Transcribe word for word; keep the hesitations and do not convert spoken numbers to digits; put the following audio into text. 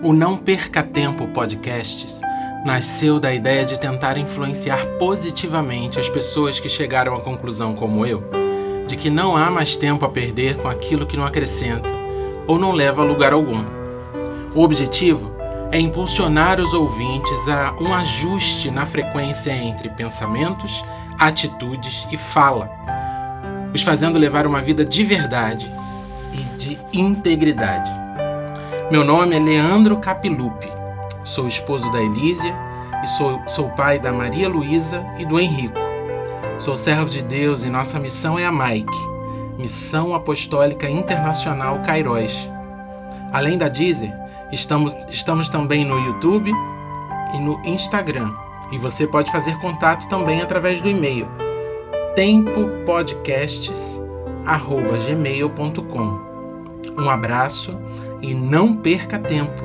O Não Perca Tempo Podcasts nasceu da ideia de tentar influenciar positivamente as pessoas que chegaram à conclusão, como eu, de que não há mais tempo a perder com aquilo que não acrescenta ou não leva a lugar algum. O objetivo é impulsionar os ouvintes a um ajuste na frequência entre pensamentos, atitudes e fala, os fazendo levar uma vida de verdade e de integridade. Meu nome é Leandro Capilupi, sou esposo da Elísia e sou, sou pai da Maria Luísa e do Henrico. Sou servo de Deus e nossa missão é a Mike, Missão Apostólica Internacional Kairos. Além da Deezer, estamos, estamos também no YouTube e no Instagram. E você pode fazer contato também através do e-mail tempopodcasts arroba gmail ponto com. Um abraço e não perca tempo!